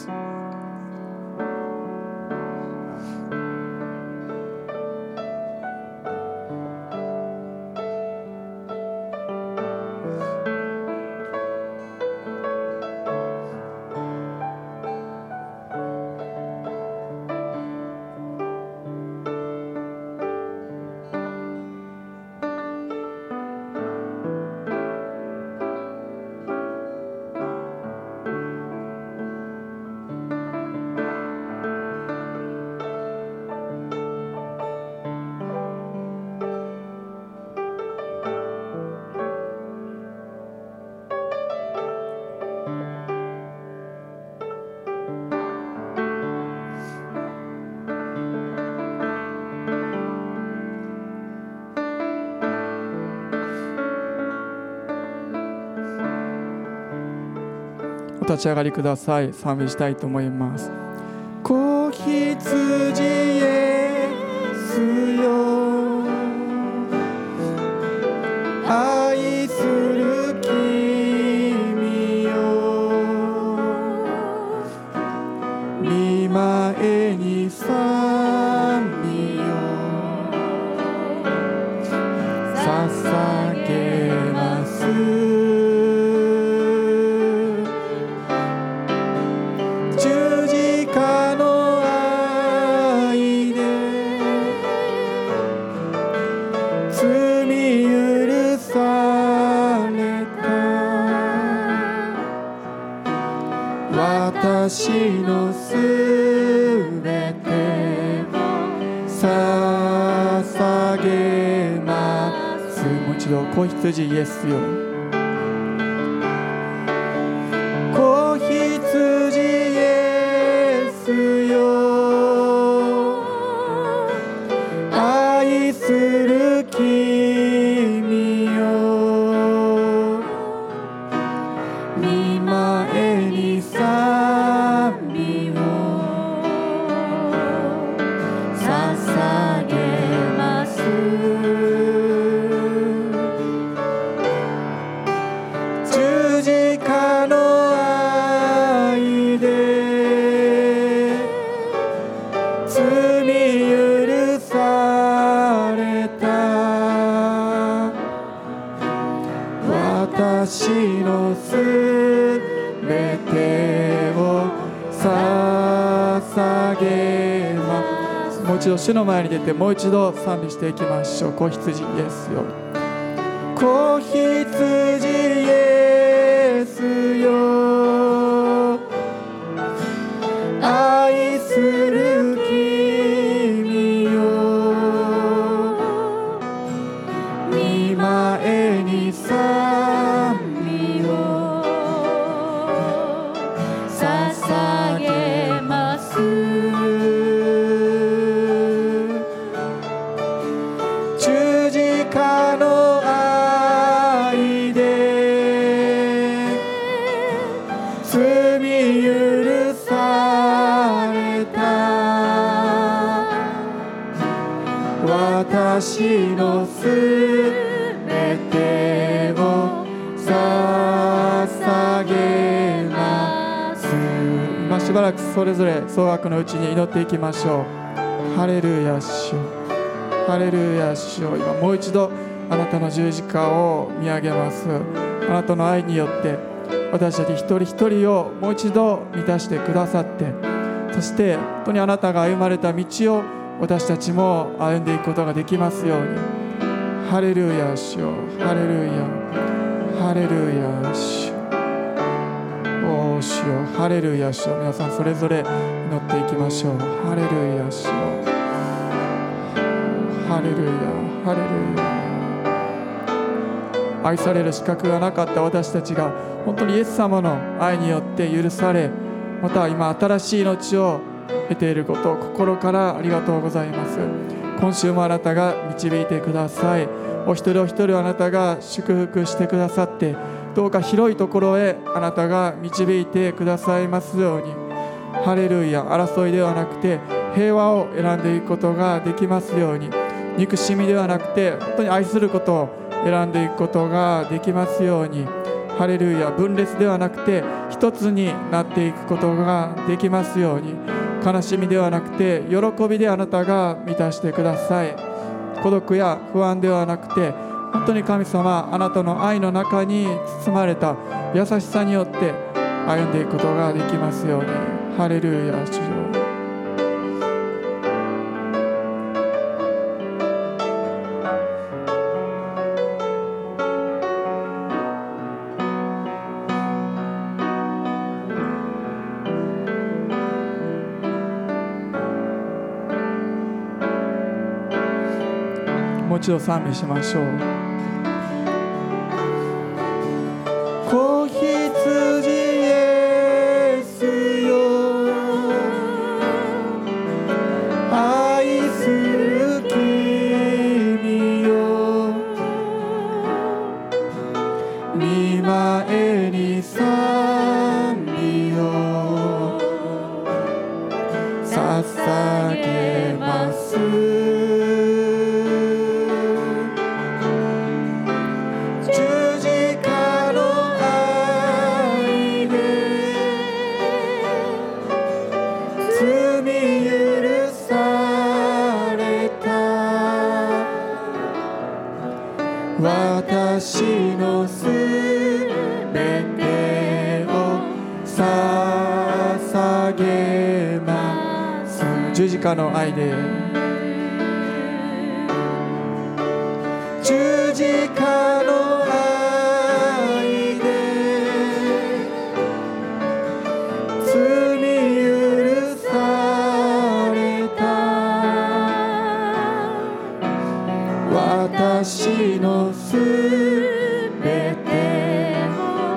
[SPEAKER 1] お立ち上がりください。賛美したいと思います。子羊イエスよ、愛する君よ、御前に賛美を捧げます。十字架の愛で罪許された、私のすべて捧げます。もう一度、子羊イエスよ、子羊イエスよ、愛する君よ、御前に賛美を捧げます。十字架の愛で罪許された、私のすべてを捧げます。もう一度主の前に出て、もう一度賛美していきましょう。子羊イエスよ、子羊イエスよ、愛する君よ、御前に賛美を捧げます。十字架の愛で罪許された、私のすべてを捧げます。今しばらくそれぞれ総額のうちに祈っていきましょう。ハレルヤ主、ハレルヤ主よ、今もう一度あなたの十字架を見上げます。あなたの愛によって私たち一人一人をもう一度満たしてくださって、そして本当にあなたが歩まれた道を私たちも歩んでいくことができますように。ハレルヤ主よ、ハレルヤ、ハレルヤ主、おー主よ、ハレルヤ主よ。皆さんそれぞれ祈っていきましょう。ハレルヤ主よ、ハレルヤ、ハレルヤ。愛される資格がなかった私たちが本当にイエス様の愛によって許され、また今新しい命を得ていることを心からありがとうございます。今週もあなたが導いてください。お一人お一人あなたが祝福してくださって、どうか広いところへあなたが導いてくださいますように。ハレルヤ、争いではなくて平和を選んでいくことができますように。憎しみではなくて本当に愛することを選んでいくことができますように。ハレルヤ、分裂ではなくて一つになっていくことができますように。悲しみではなくて喜びであなたが満たしてください。孤独や不安ではなくて本当に神様、あなたの愛の中に包まれた優しさによって歩んでいくことができますように。ハレルヤ、主よ。もう一度賛美しましょう。子羊イエスよ、愛する君よ、御前に賛美捧げます。十字架の愛で、十字架の愛で罪許された。私のすべてを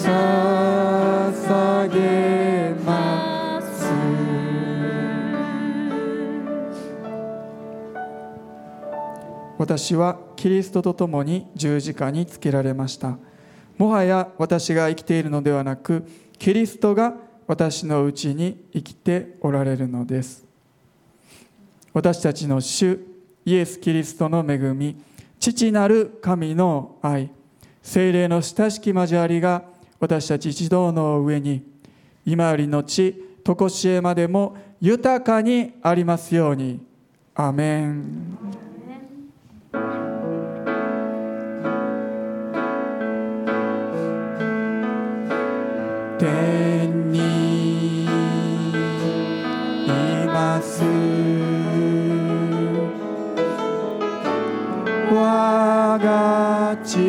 [SPEAKER 1] 捧げます。私はキリストと共に十字架につけられました。もはや私が生きているのではなく、キリストが私のうちに生きておられるのです。私たちの主イエス・キリストの恵み、父なる神の愛、聖霊の親しき交わりが私たち一同の上に、今よりのちとこしえまでも豊かにありますように。アーメン。天にいます我が父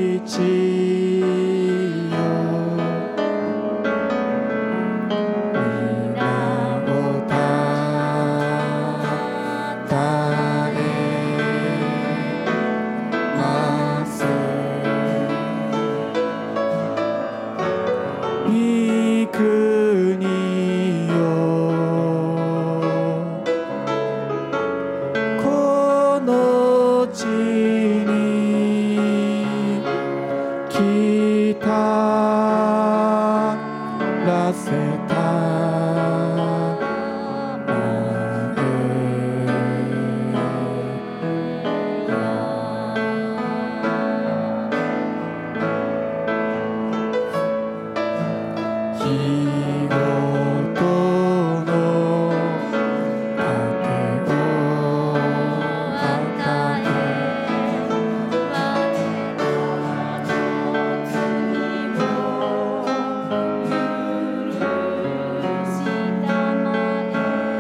[SPEAKER 1] よ、皆をたたえます。御国よ、この地に来たらせたまえ。日ごとの糧を与え、我らの罪を許したまえ。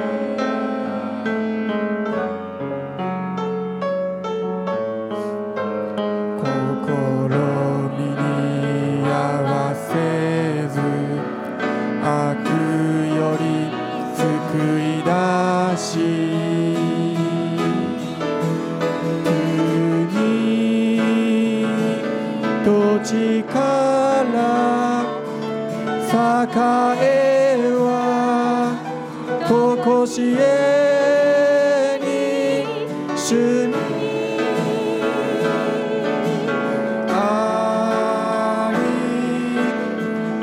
[SPEAKER 1] 試みに合わせず、悪より救い出し、国と力栄えはとこしえに主にあり。ア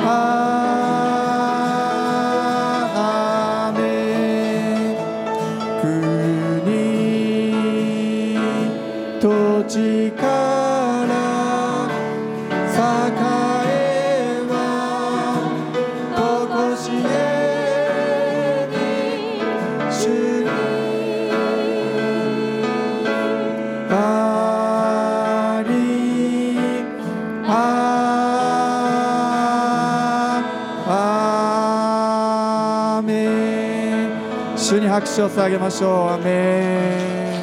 [SPEAKER 1] ーメン。国と力栄えはとこしえに主にあり。あアーメン。主に拍手を捧げましょう。アーメン。